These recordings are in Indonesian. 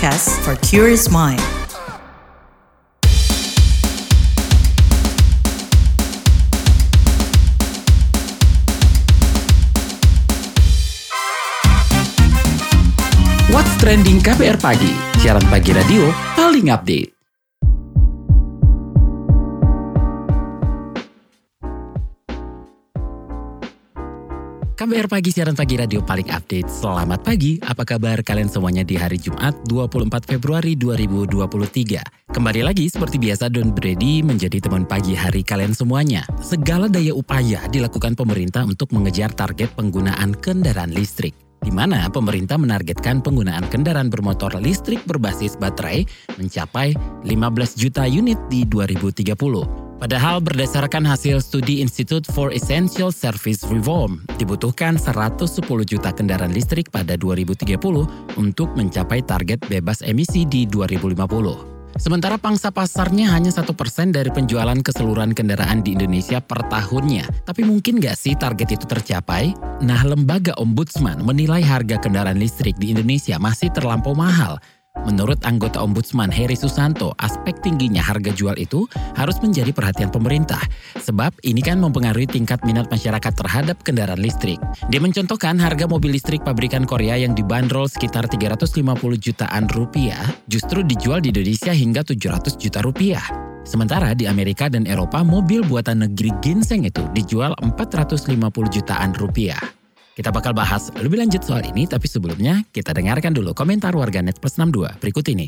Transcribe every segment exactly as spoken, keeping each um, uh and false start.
podcast for curious mind. What's Trending K B R Pagi, siaran pagi radio paling update. K B R Pagi, siaran pagi radio paling update. Selamat pagi, apa kabar kalian semuanya di hari Jumat dua puluh empat Februari dua ribu dua puluh tiga. Kembali lagi seperti biasa Don Brady menjadi teman pagi hari kalian semuanya. Segala daya upaya dilakukan pemerintah untuk mengejar target penggunaan kendaraan listrik, di mana pemerintah menargetkan penggunaan kendaraan bermotor listrik berbasis baterai mencapai lima belas juta unit di dua ribu tiga puluh. Padahal berdasarkan hasil studi Institute for Essential Service Reform, dibutuhkan seratus sepuluh juta kendaraan listrik pada dua ribu tiga puluh untuk mencapai target bebas emisi di dua ribu lima puluh. Sementara pangsa pasarnya hanya satu persen dari penjualan keseluruhan kendaraan di Indonesia per tahunnya. Tapi mungkin nggak sih target itu tercapai? Nah, lembaga Ombudsman menilai harga kendaraan listrik di Indonesia masih terlampau mahal. Menurut anggota Ombudsman Heri Susanto, aspek tingginya harga jual itu harus menjadi perhatian pemerintah. Sebab ini kan mempengaruhi tingkat minat masyarakat terhadap kendaraan listrik. Dia mencontohkan harga mobil listrik pabrikan Korea yang dibanderol sekitar tiga ratus lima puluh jutaan rupiah justru dijual di Indonesia hingga tujuh ratus juta rupiah. Sementara di Amerika dan Eropa, mobil buatan negeri ginseng itu dijual empat ratus lima puluh jutaan rupiah. Kita bakal bahas lebih lanjut soal ini, tapi sebelumnya kita dengarkan dulu komentar warganet plus enam dua berikut ini.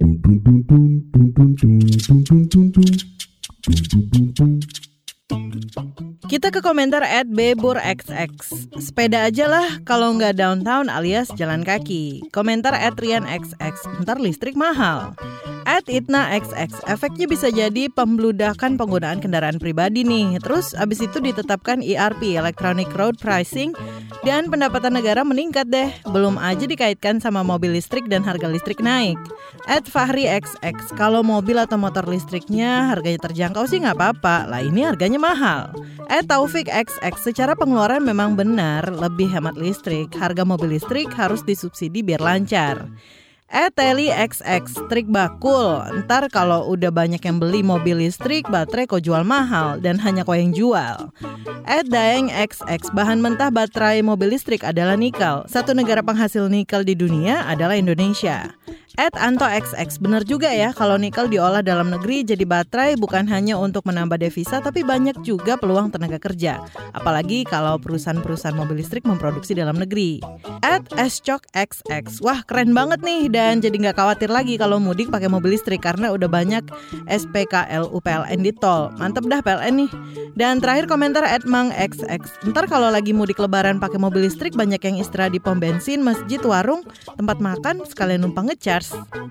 Kita ke komentar at beburxx. Sepeda aja lah kalau nggak downtown alias jalan kaki. Komentar at rianxx. Ntar listrik mahal. At itnaxx. Efeknya bisa jadi pembludakan penggunaan kendaraan pribadi nih. Terus abis itu ditetapkan E R P, Electronic Road Pricing, dan pendapatan negara meningkat deh. Belum aja dikaitkan sama mobil listrik dan harga listrik naik. At fahrixx. Kalau mobil atau motor listriknya harganya terjangkau sih nggak apa-apa. Lah ini harganya mahal. At taufikxx. Secara pengeluaran memang benar lebih hemat listrik. Harga mobil listrik harus disubsidi biar lancar. At telixx. Trik bakul. Ntar kalau udah banyak yang beli mobil listrik, baterai kok jual mahal dan hanya kau yang jual. At daengxx. Bahan mentah baterai mobil listrik adalah nikel. Satu negara penghasil nikel di dunia adalah Indonesia. At antoxx. Benar juga ya kalau nikel diolah dalam negeri jadi baterai bukan hanya untuk menambah devisa tapi banyak juga peluang tenaga kerja. Apalagi kalau perusahaan-perusahaan mobil listrik memproduksi dalam negeri. At scokxx. Wah keren banget nih dan jadi nggak khawatir lagi kalau mudik pakai mobil listrik karena udah banyak S P K L U P L N di tol. Mantep dah P L N nih. Dan terakhir komentar at mangxx. Ntar kalau lagi mudik lebaran pakai mobil listrik banyak yang istirahat di pom bensin, masjid, warung, tempat makan sekalian numpang ngecharge.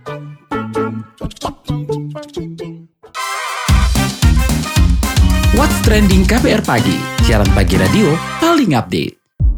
What's Trending K B R Pagi, siaran pagi radio paling update.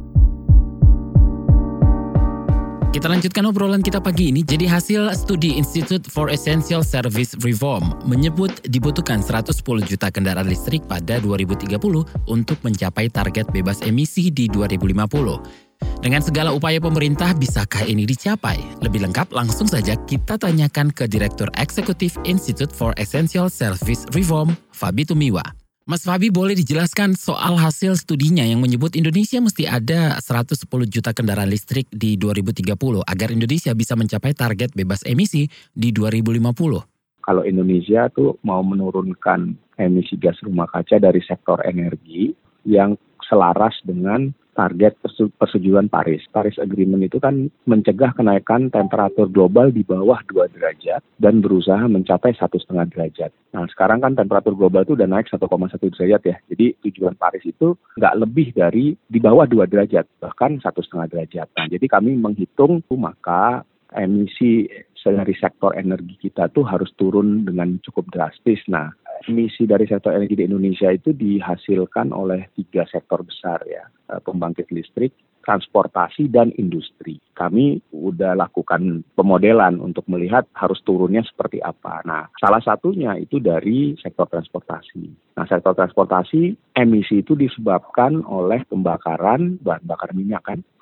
Kita lanjutkan obrolan kita pagi ini. Jadi hasil studi Institute for Essential Service Reform menyebut dibutuhkan seratus sepuluh juta kendaraan listrik pada dua ribu tiga puluh untuk mencapai target bebas emisi di dua ribu lima puluh. Dengan segala upaya pemerintah, bisakah ini dicapai? Lebih lengkap langsung saja kita tanyakan ke Direktur Eksekutif Institute for Essential Service Reform, Fabi Tumiwa. Mas Fabi, boleh dijelaskan soal hasil studinya yang menyebut Indonesia mesti ada seratus sepuluh juta kendaraan listrik di dua ribu tiga puluh agar Indonesia bisa mencapai target bebas emisi di dua ribu lima puluh. Kalau Indonesia tuh mau menurunkan emisi gas rumah kaca dari sektor energi yang selaras dengan target persetujuan Paris. Paris Agreement itu kan mencegah kenaikan temperatur global di bawah dua derajat dan berusaha mencapai satu koma lima derajat. Nah sekarang kan temperatur global itu udah naik satu koma satu derajat ya. Jadi tujuan Paris itu nggak lebih dari di bawah dua derajat, bahkan satu koma lima derajat. Nah jadi kami menghitung maka emisi dari sektor energi kita tuh harus turun dengan cukup drastis. Nah emisi dari sektor energi di Indonesia itu dihasilkan oleh tiga sektor besar ya, pembangkit listrik, transportasi, dan industri. Kami udah lakukan pemodelan untuk melihat harus turunnya seperti apa. Nah, salah satunya itu dari sektor transportasi. Nah, sektor transportasi emisi itu disebabkan oleh pembakaran bahan bakar minyak kan.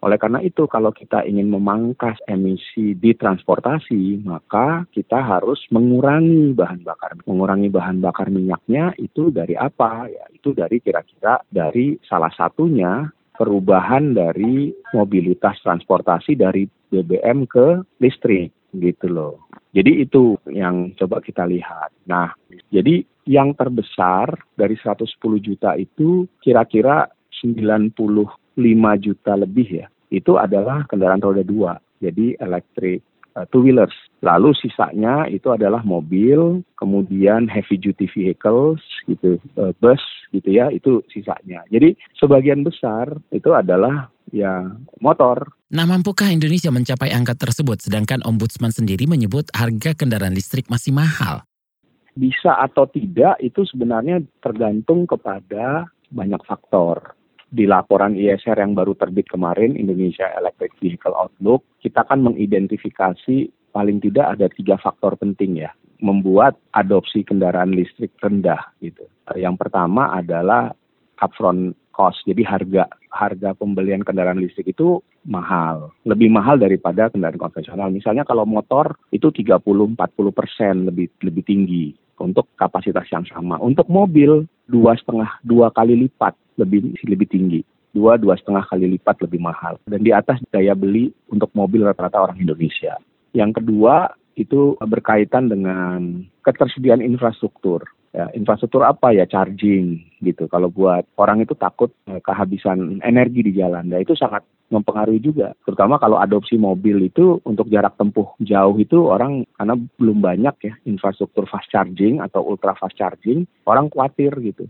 Oleh karena itu, kalau kita ingin memangkas emisi di transportasi, maka kita harus mengurangi bahan bakar. Mengurangi bahan bakar minyaknya itu dari apa? Ya, itu dari kira-kira dari salah satunya perubahan dari mobilitas transportasi dari B B M ke listrik, gitu loh. Jadi itu yang coba kita lihat. Nah, jadi yang terbesar dari seratus sepuluh juta itu kira-kira sembilan puluh lima juta lebih ya, itu adalah kendaraan roda dua, jadi electric uh, two wheelers. Lalu sisanya itu adalah mobil, kemudian heavy duty vehicles gitu, uh, bus gitu ya, itu sisanya. Jadi sebagian besar itu adalah ya motor. Nah, mampukah Indonesia mencapai angka tersebut sedangkan Ombudsman sendiri menyebut harga kendaraan listrik masih mahal? Bisa atau tidak itu sebenarnya tergantung kepada banyak faktor. Di laporan I S R yang baru terbit kemarin, Indonesia Electric Vehicle Outlook, kita kan mengidentifikasi paling tidak ada tiga faktor penting ya, membuat adopsi kendaraan listrik rendah gitu. Yang pertama adalah upfront cost, jadi harga harga pembelian kendaraan listrik itu mahal, lebih mahal daripada kendaraan konvensional. Misalnya kalau motor itu tiga puluh sampai empat puluh persen lebih lebih tinggi untuk kapasitas yang sama. Untuk mobil dua setengah dua kali lipat lebih lebih tinggi, dua dua setengah kali lipat lebih mahal. Dan di atas daya beli untuk mobil rata-rata orang Indonesia. Yang kedua itu berkaitan dengan ketersediaan infrastruktur. Ya, infrastruktur apa ya, charging gitu. Kalau buat orang itu takut eh, kehabisan energi di jalan, nah itu sangat mempengaruhi juga. Terutama kalau adopsi mobil itu untuk jarak tempuh jauh itu orang karena belum banyak ya infrastruktur fast charging atau ultra fast charging, orang khawatir gitu.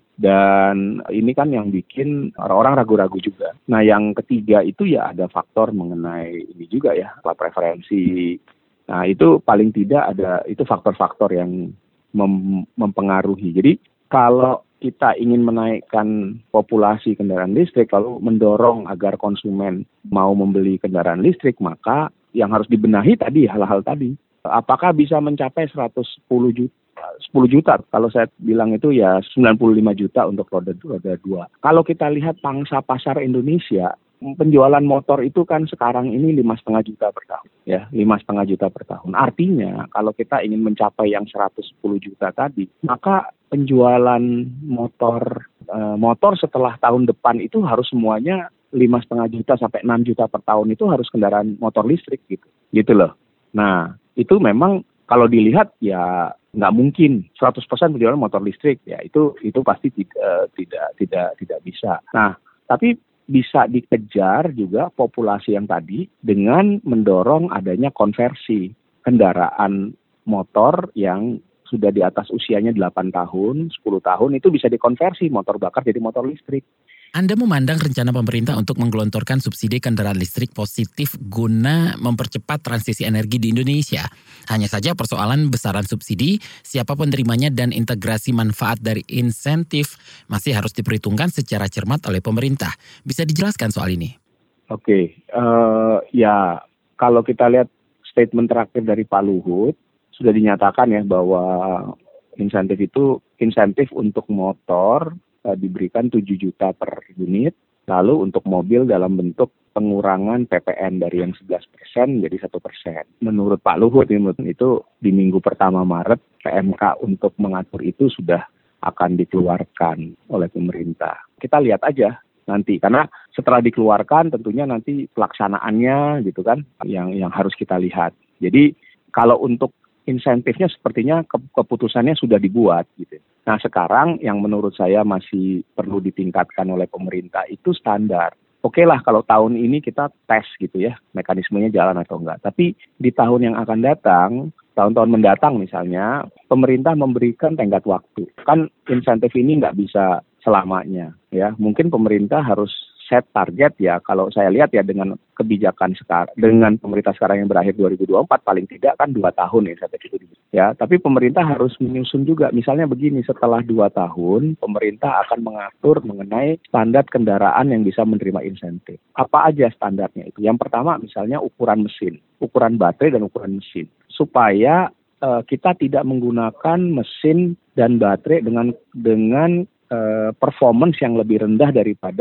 Dan ini kan yang bikin orang-orang ragu-ragu juga. Nah yang ketiga itu ya ada faktor mengenai ini juga ya, preferensi. Nah itu paling tidak ada itu faktor-faktor yang Mem- mempengaruhi. Jadi kalau kita ingin menaikkan populasi kendaraan listrik lalu mendorong agar konsumen mau membeli kendaraan listrik, maka yang harus dibenahi tadi hal-hal tadi. Apakah bisa mencapai seratus sepuluh juta? sepuluh juta. Kalau saya bilang itu ya sembilan puluh lima juta untuk roda roda dua. Kalau kita lihat pangsa pasar Indonesia, penjualan motor itu kan sekarang ini lima setengah juta per tahun, ya lima setengah juta per tahun. Artinya kalau kita ingin mencapai yang seratus sepuluh juta tadi, maka penjualan motor eh, motor setelah tahun depan itu harus semuanya lima setengah juta sampai enam juta per tahun itu harus kendaraan motor listrik gitu, gitu loh. Nah itu memang kalau dilihat ya nggak mungkin seratus persen penjualan motor listrik, ya itu itu pasti tidak tidak tidak tidak bisa. Nah tapi bisa dikejar juga populasi yang tadi dengan mendorong adanya konversi kendaraan motor yang sudah di atas usianya delapan tahun, sepuluh tahun itu bisa dikonversi motor bakar jadi motor listrik. Anda memandang rencana pemerintah untuk menggelontorkan subsidi kendaraan listrik positif guna mempercepat transisi energi di Indonesia. Hanya saja persoalan besaran subsidi, siapa penerimanya dan integrasi manfaat dari insentif masih harus diperhitungkan secara cermat oleh pemerintah. Bisa dijelaskan soal ini? Oke, uh, ya kalau kita lihat statement terakhir dari Pak Luhut, sudah dinyatakan ya bahwa insentif itu insentif untuk motor diberikan tujuh juta per unit, lalu untuk mobil dalam bentuk pengurangan P P N dari yang sebelas persen menjadi satu persen. Menurut Pak Luhut itu di minggu pertama Maret P M K untuk mengatur itu sudah akan dikeluarkan oleh pemerintah. Kita lihat aja nanti, karena setelah dikeluarkan tentunya nanti pelaksanaannya gitu kan yang yang harus kita lihat. Jadi kalau untuk insentifnya sepertinya keputusannya sudah dibuat gitu. Nah sekarang yang menurut saya masih perlu ditingkatkan oleh pemerintah itu standar. Oke lah kalau tahun ini kita tes gitu ya, mekanismenya jalan atau enggak. Tapi di tahun yang akan datang, tahun-tahun mendatang misalnya, pemerintah memberikan tenggat waktu. Kan insentif ini nggak bisa selamanya ya. Mungkin pemerintah harus set target ya, kalau saya lihat ya dengan kebijakan sekarang, dengan pemerintah sekarang yang berakhir dua ribu dua puluh empat paling tidak kan dua tahun ya insentif itu. Ya, tapi pemerintah harus menyusun juga. Misalnya begini, setelah dua tahun, pemerintah akan mengatur mengenai standar kendaraan yang bisa menerima insentif. Apa aja standarnya itu? Yang pertama misalnya ukuran mesin, ukuran baterai dan ukuran mesin. Supaya uh, kita tidak menggunakan mesin dan baterai dengan dengan uh, performance yang lebih rendah daripada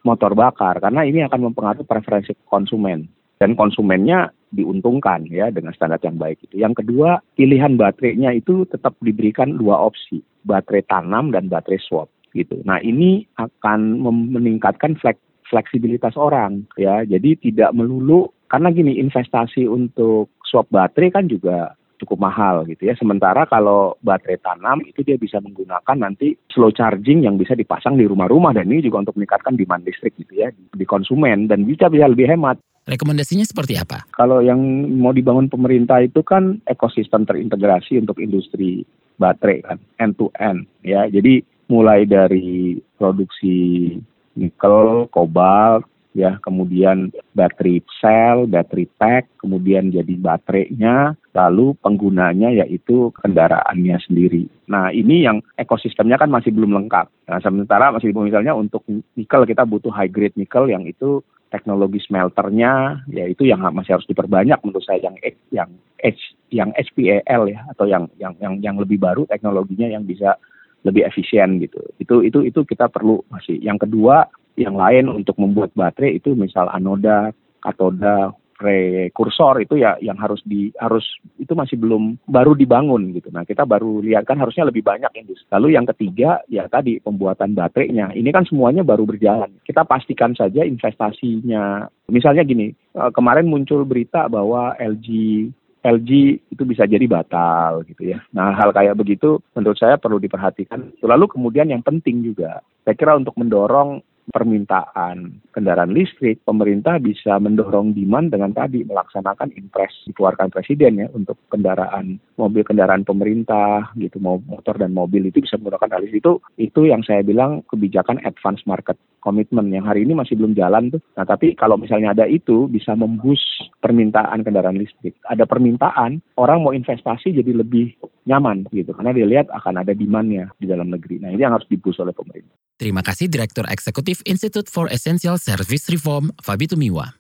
motor bakar karena ini akan mempengaruhi preferensi konsumen dan konsumennya diuntungkan ya dengan standar yang baik itu. Yang kedua, pilihan baterainya itu tetap diberikan dua opsi, baterai tanam dan baterai swap gitu. Nah, ini akan meningkatkan flek, fleksibilitas orang ya. Jadi tidak melulu karena gini, investasi untuk swap baterai kan juga cukup mahal gitu ya. Sementara kalau baterai tanam itu dia bisa menggunakan nanti slow charging yang bisa dipasang di rumah-rumah dan ini juga untuk meningkatkan demand listrik gitu ya di konsumen dan bisa bisa lebih hemat. Rekomendasinya seperti apa? Kalau yang mau dibangun pemerintah itu kan ekosistem terintegrasi untuk industri baterai kan, end to end ya. Jadi mulai dari produksi nikel, kobalt, ya, kemudian baterai sel, baterai pack, kemudian jadi baterainya, lalu penggunanya yaitu kendaraannya sendiri. Nah, ini yang ekosistemnya kan masih belum lengkap. Nah, sementara masih misalnya untuk nikel kita butuh high grade nikel yang itu teknologi smelternya yaitu yang masih harus diperbanyak menurut saya yang yang H yang H P A L ya atau yang yang yang yang lebih baru teknologinya yang bisa lebih efisien gitu. Itu itu itu kita perlu masih. Yang kedua, yang lain untuk membuat baterai itu misal anoda, katoda, prekursor itu ya yang harus di harus itu masih belum baru dibangun gitu. Nah, kita baru lihat kan harusnya lebih banyak industri. Lalu yang ketiga ya tadi pembuatan baterainya. Ini kan semuanya baru berjalan. Kita pastikan saja investasinya. Misalnya gini, kemarin muncul berita bahwa L G L G itu bisa jadi batal gitu ya. Nah, hal kayak begitu menurut saya perlu diperhatikan. Lalu kemudian yang penting juga, saya kira untuk mendorong permintaan kendaraan listrik, pemerintah bisa mendorong demand dengan tadi melaksanakan impres dikeluarkan presiden ya untuk kendaraan mobil kendaraan pemerintah gitu, mau motor dan mobil itu bisa menggunakan hal itu. Itu yang saya bilang kebijakan advance market commitment yang hari ini masih belum jalan tuh. Nah, tapi kalau misalnya ada itu bisa memboost permintaan kendaraan listrik. Ada permintaan, orang mau investasi jadi lebih nyaman gitu karena dia lihat akan ada demand-nya di dalam negeri. Nah, ini yang harus diboost oleh pemerintah. Terima kasih Direktur Eksekutif Institute for Essential Service Reform, Fabi Tumiwa.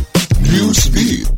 Newsbeat.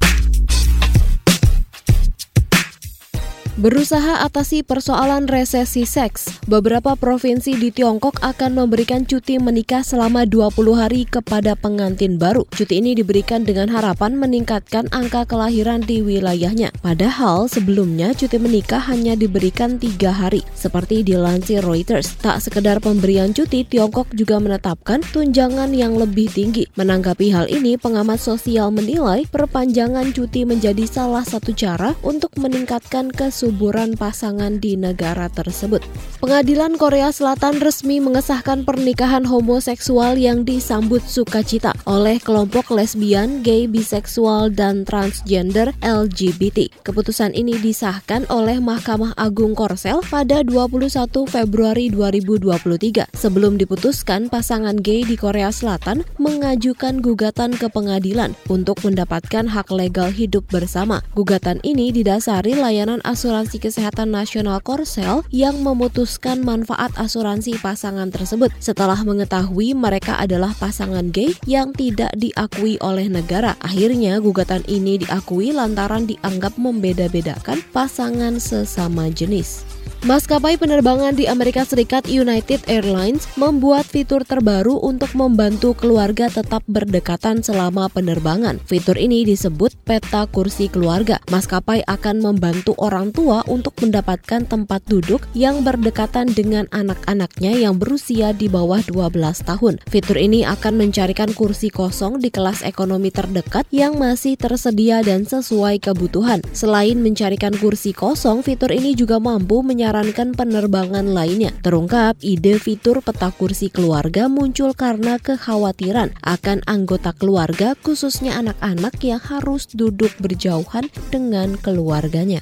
Berusaha atasi persoalan resesi seks, beberapa provinsi di Tiongkok akan memberikan cuti menikah selama dua puluh hari kepada pengantin baru. Cuti ini diberikan dengan harapan meningkatkan angka kelahiran di wilayahnya. Padahal sebelumnya cuti menikah hanya diberikan tiga hari. Seperti dilansir Reuters, tak sekedar pemberian cuti, Tiongkok juga menetapkan tunjangan yang lebih tinggi. Menanggapi hal ini, pengamat sosial menilai perpanjangan cuti menjadi salah satu cara untuk meningkatkan kesulitan kesuburan pasangan di negara tersebut. Pengadilan Korea Selatan resmi mengesahkan pernikahan homoseksual yang disambut sukacita oleh kelompok lesbian, gay, biseksual, dan transgender L G B T. Keputusan ini disahkan oleh Mahkamah Agung Korsel pada dua puluh satu Februari dua ribu dua puluh tiga. Sebelum diputuskan, pasangan gay di Korea Selatan mengajukan gugatan ke pengadilan untuk mendapatkan hak legal hidup bersama. Gugatan ini didasari layanan asuransi Kesehatan Nasional Korsel yang memutuskan manfaat asuransi pasangan tersebut setelah mengetahui mereka adalah pasangan gay yang tidak diakui oleh negara. Akhirnya gugatan ini diakui lantaran dianggap membeda-bedakan pasangan sesama jenis. Maskapai penerbangan di Amerika Serikat United Airlines membuat fitur terbaru untuk membantu keluarga tetap berdekatan selama penerbangan. Fitur ini disebut peta kursi keluarga. Maskapai akan membantu orang tua untuk mendapatkan tempat duduk yang berdekatan dengan anak-anaknya yang berusia di bawah dua belas tahun. Fitur ini akan mencarikan kursi kosong di kelas ekonomi terdekat yang masih tersedia dan sesuai kebutuhan. Selain mencarikan kursi kosong, fitur ini juga mampu menyarankan menyarankan penerbangan lainnya. Terungkap, ide fitur peta kursi keluarga muncul karena kekhawatiran akan anggota keluarga, khususnya anak-anak yang harus duduk berjauhan dengan keluarganya.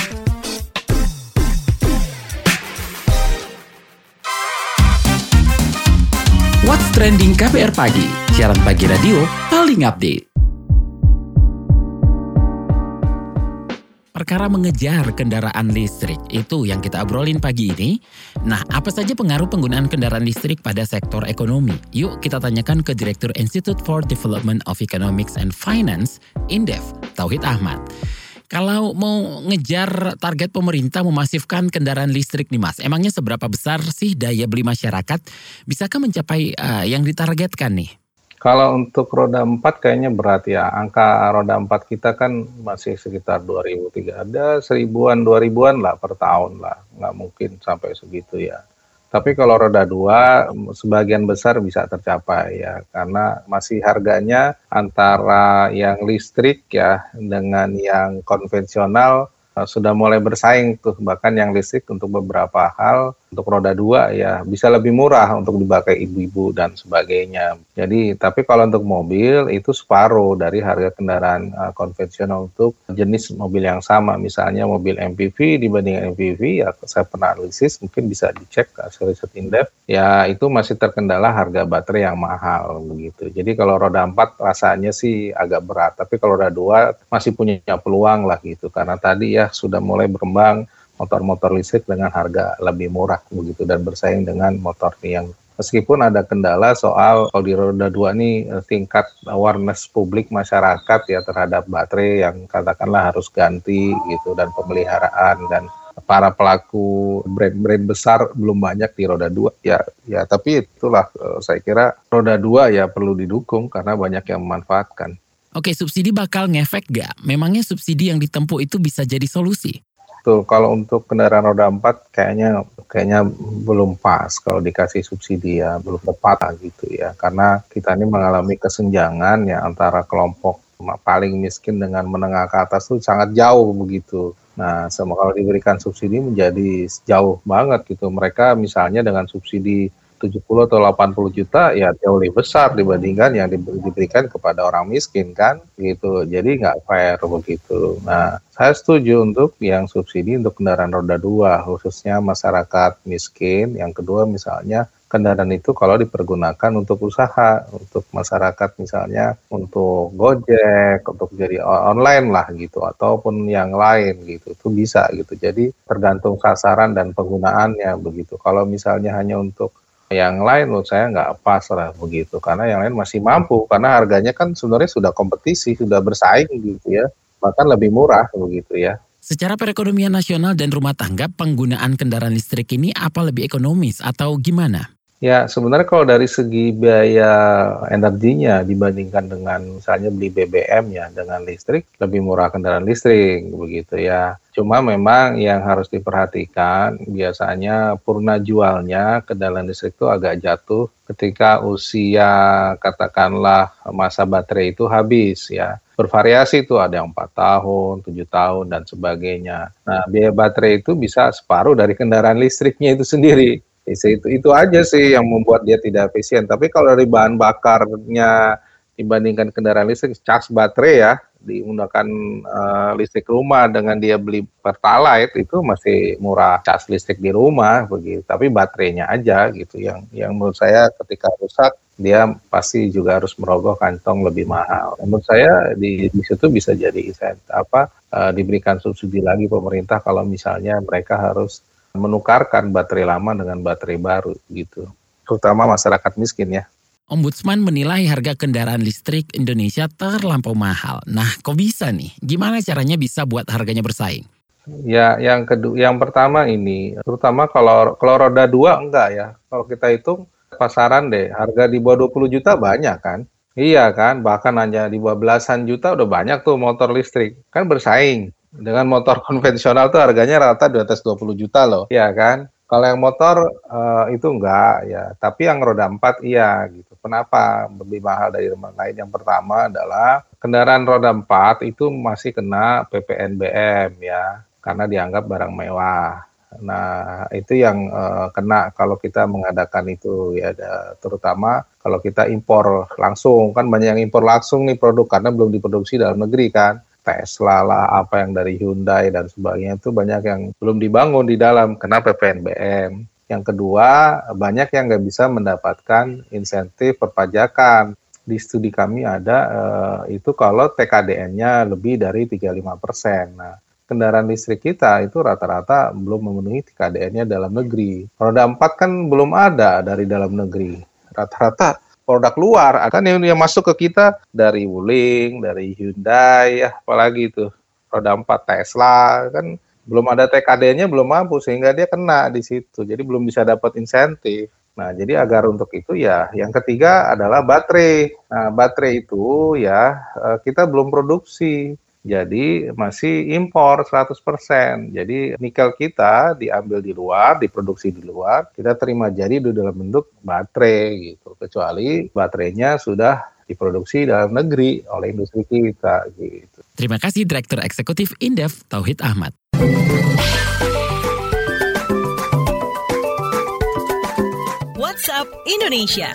What's Trending K B R Pagi, siaran pagi radio paling update. Perkara mengejar kendaraan listrik, itu yang kita obrolin pagi ini. Nah, apa saja pengaruh penggunaan kendaraan listrik pada sektor ekonomi? Yuk kita tanyakan ke Direktur Institute for Development of Economics and Finance, Indef, Tauhid Ahmad. Kalau mau ngejar target pemerintah memasifkan kendaraan listrik nih Mas, emangnya seberapa besar sih daya beli masyarakat? Bisakah mencapai uh, yang ditargetkan nih? Kalau untuk roda empat kayaknya berat ya. Angka roda empat kita kan masih sekitar dua ribu tiga. Ada seribuan, dua ribuan lah per tahun lah. Nggak mungkin sampai segitu ya. Tapi kalau roda dua, sebagian besar bisa tercapai ya. Karena masih harganya antara yang listrik ya dengan yang konvensional uh, sudah mulai bersaing tuh. Bahkan yang listrik untuk beberapa hal, untuk roda dua ya bisa lebih murah untuk dipakai ibu-ibu dan sebagainya. Jadi, tapi kalau untuk mobil itu separuh dari harga kendaraan uh, konvensional untuk jenis mobil yang sama. Misalnya mobil M P V dibanding M P V, ya saya pernah analisis, mungkin bisa dicek hasil riset Indef, ya itu masih terkendala harga baterai yang mahal begitu. Jadi kalau roda empat rasanya sih agak berat, tapi kalau roda dua masih punya peluang lah gitu. Karena tadi ya sudah mulai berkembang motor-motor listrik dengan harga lebih murah begitu dan bersaing dengan motor yang meskipun ada kendala soal kalau di roda dua nih tingkat awareness publik masyarakat ya terhadap baterai yang katakanlah harus ganti gitu dan pemeliharaan dan para pelaku brand-brand besar belum banyak di roda dua ya ya tapi itulah saya kira roda dua ya perlu didukung karena banyak yang memanfaatkan. Oke, subsidi bakal ngefek gak? Memangnya subsidi yang ditempuh itu bisa jadi solusi? Tuh, kalau untuk kendaraan roda empat kayaknya kayaknya belum pas kalau dikasih subsidi ya, belum tepat lah gitu ya. Karena kita ini mengalami kesenjangan ya antara kelompok paling miskin dengan menengah ke atas tuh sangat jauh begitu. Nah, semua kalau diberikan subsidi menjadi jauh banget gitu. Mereka misalnya dengan subsidi tujuh puluh atau delapan puluh juta ya jauh lebih besar dibandingkan yang diberikan kepada orang miskin kan gitu. Jadi nggak fair begitu. Nah, saya setuju untuk yang subsidi untuk kendaraan roda dua khususnya masyarakat miskin. Yang kedua misalnya kendaraan itu kalau dipergunakan untuk usaha, untuk masyarakat misalnya untuk Gojek, untuk jadi online lah gitu ataupun yang lain gitu. Itu bisa gitu. Jadi tergantung sasaran dan penggunaannya begitu. Kalau misalnya hanya untuk yang lain menurut saya nggak pas lah begitu, karena yang lain masih mampu, karena harganya kan sebenarnya sudah kompetisi, sudah bersaing gitu ya, bahkan lebih murah begitu ya. Secara perekonomian nasional dan rumah tangga, penggunaan kendaraan listrik ini apa lebih ekonomis atau gimana? Ya sebenarnya kalau dari segi biaya energinya dibandingkan dengan misalnya beli B B M ya dengan listrik, lebih murah kendaraan listrik begitu ya. Cuma memang yang harus diperhatikan biasanya purna jualnya kendaraan listrik itu agak jatuh ketika usia katakanlah masa baterai itu habis ya. Bervariasi itu ada yang empat tahun, tujuh tahun dan sebagainya. Nah biaya baterai itu bisa separuh dari kendaraan listriknya itu sendiri. Itu, itu aja sih yang membuat dia tidak efisien. Tapi kalau dari bahan bakarnya dibandingkan kendaraan listrik, cas baterai ya, digunakan uh, listrik rumah dengan dia beli Pertalite itu masih murah cas listrik di rumah begitu. Tapi baterainya aja gitu yang yang menurut saya ketika rusak dia pasti juga harus merogoh kantong lebih mahal. Menurut saya di, di situ bisa jadi apa uh, diberikan subsidi lagi pemerintah kalau misalnya mereka harus menukarkan baterai lama dengan baterai baru gitu, terutama masyarakat miskin ya. Ombudsman menilai harga kendaraan listrik Indonesia terlampau mahal. Nah, kok bisa nih? Gimana caranya bisa buat harganya bersaing? Ya, yang kedua, yang pertama ini, terutama kalau kalau roda dua enggak ya. Kalau kita hitung pasaran deh, harga di bawah dua puluh juta banyak kan? Iya kan, bahkan hanya di bawah belasan juta udah banyak tuh motor listrik. Kan bersaing. Dengan motor konvensional tuh harganya rata di atas dua puluh juta loh, ya kan? Kalau yang motor uh, itu enggak ya, tapi yang roda empat iya gitu. Kenapa lebih mahal dari yang lain? Yang pertama adalah kendaraan roda empat itu masih kena P P N B M ya, karena dianggap barang mewah. Nah, itu yang uh, kena kalau kita mengadakan itu ya, ada, terutama kalau kita impor langsung, kan banyak yang impor langsung nih produk karena belum diproduksi dalam negeri kan. Tesla lah, apa yang dari Hyundai dan sebagainya itu banyak yang belum dibangun di dalam kena P P N B M. Yang kedua, banyak yang nggak bisa mendapatkan insentif perpajakan. Di studi kami ada eh, itu kalau T K D N-nya lebih dari tiga puluh lima persen. Nah, kendaraan listrik kita itu rata-rata belum memenuhi T K D N-nya dalam negeri. Roda empat kan belum ada dari dalam negeri. Rata-rata produk luar, kan yang, yang masuk ke kita dari Wuling, dari Hyundai, ya, apalagi itu, roda empat Tesla kan belum ada T K D-nya, belum mampu sehingga dia kena di situ. Jadi belum bisa dapat insentif. Nah, jadi agar untuk itu ya yang ketiga adalah baterai. Nah, baterai itu ya kita belum produksi. Jadi masih impor seratus persen. Jadi nikel kita diambil di luar, diproduksi di luar, kita terima jadi di dalam bentuk baterai gitu. Kecuali baterainya sudah diproduksi dalam negeri oleh industri kita gitu. Terima kasih Direktur Eksekutif Indef Tauhid Ahmad. WhatsApp Indonesia.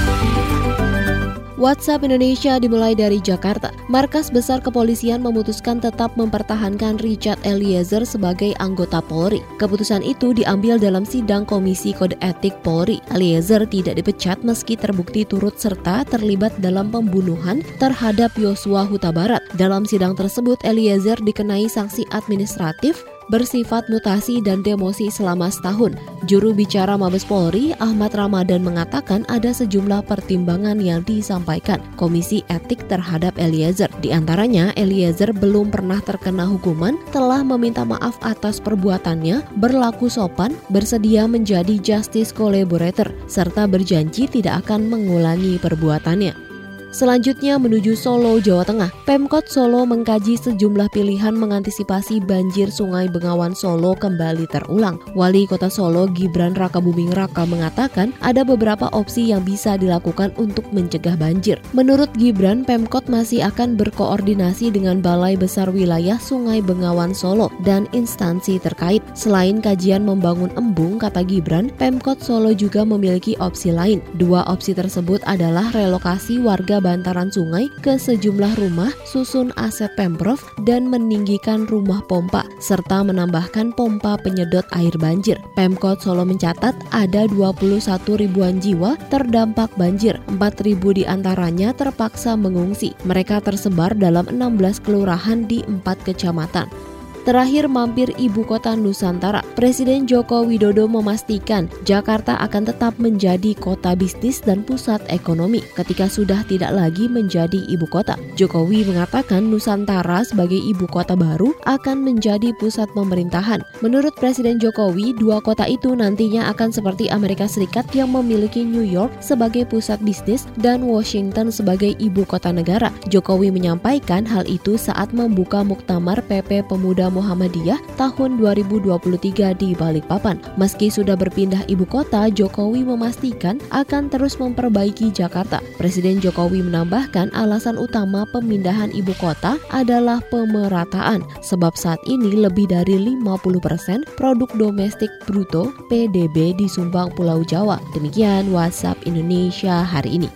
WhatsApp Indonesia dimulai dari Jakarta. Markas Besar Kepolisian memutuskan tetap mempertahankan Richard Eliezer sebagai anggota Polri. Keputusan itu diambil dalam sidang Komisi Kode Etik Polri. Eliezer tidak dipecat meski terbukti turut serta terlibat dalam pembunuhan terhadap Yosua Huta Barat. Dalam sidang tersebut, Eliezer dikenai sanksi administratif bersifat mutasi dan demosi selama setahun. Juru bicara Mabes Polri, Ahmad Ramadan, mengatakan ada sejumlah pertimbangan yang disampaikan Komisi Etik terhadap Eliezer. Di antaranya, Eliezer belum pernah terkena hukuman, telah meminta maaf atas perbuatannya, berlaku sopan, bersedia menjadi justice collaborator, serta berjanji tidak akan mengulangi perbuatannya. Selanjutnya menuju Solo, Jawa Tengah. Pemkot Solo mengkaji sejumlah pilihan mengantisipasi banjir Sungai Bengawan Solo kembali terulang. Wali Kota Solo Gibran Rakabuming Raka mengatakan ada beberapa opsi yang bisa dilakukan untuk mencegah banjir. Menurut Gibran, Pemkot masih akan berkoordinasi dengan Balai Besar Wilayah Sungai Bengawan Solo dan instansi terkait. Selain kajian membangun embung, kata Gibran, Pemkot Solo juga memiliki opsi lain. Dua opsi tersebut adalah relokasi warga bantaran sungai ke sejumlah rumah susun aset Pemprov dan meninggikan rumah pompa serta menambahkan pompa penyedot air banjir. Pemkot Solo mencatat ada dua puluh satu ribuan jiwa terdampak banjir, empat ribu diantaranya terpaksa mengungsi. Mereka tersebar dalam enam belas kelurahan di empat kecamatan. Terakhir mampir ibu kota Nusantara. Presiden Joko Widodo memastikan Jakarta akan tetap menjadi kota bisnis dan pusat ekonomi ketika sudah tidak lagi menjadi ibu kota. Jokowi mengatakan Nusantara sebagai ibu kota baru akan menjadi pusat pemerintahan. Menurut Presiden Jokowi, dua kota itu nantinya akan seperti Amerika Serikat yang memiliki New York sebagai pusat bisnis dan Washington sebagai ibu kota negara. Jokowi menyampaikan hal itu saat membuka Muktamar P P Pemuda Muhammadiyah tahun dua ribu dua puluh tiga di Balikpapan. Meski sudah berpindah ibu kota, Jokowi memastikan akan terus memperbaiki Jakarta. Presiden Jokowi menambahkan alasan utama pemindahan ibu kota adalah pemerataan, sebab saat ini lebih dari lima puluh persen produk domestik bruto P D B disumbang Pulau Jawa. Demikian WhatsApp Indonesia hari ini.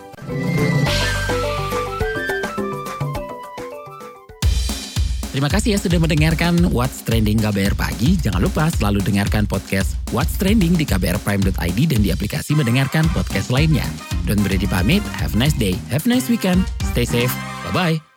Terima kasih ya sudah mendengarkan What's Trending K B R Pagi. Jangan lupa selalu dengarkan podcast What's Trending di k b r prime dot i d dan di aplikasi mendengarkan podcast lainnya. Don Brady pamit, have a nice day, have a nice weekend, stay safe, bye-bye.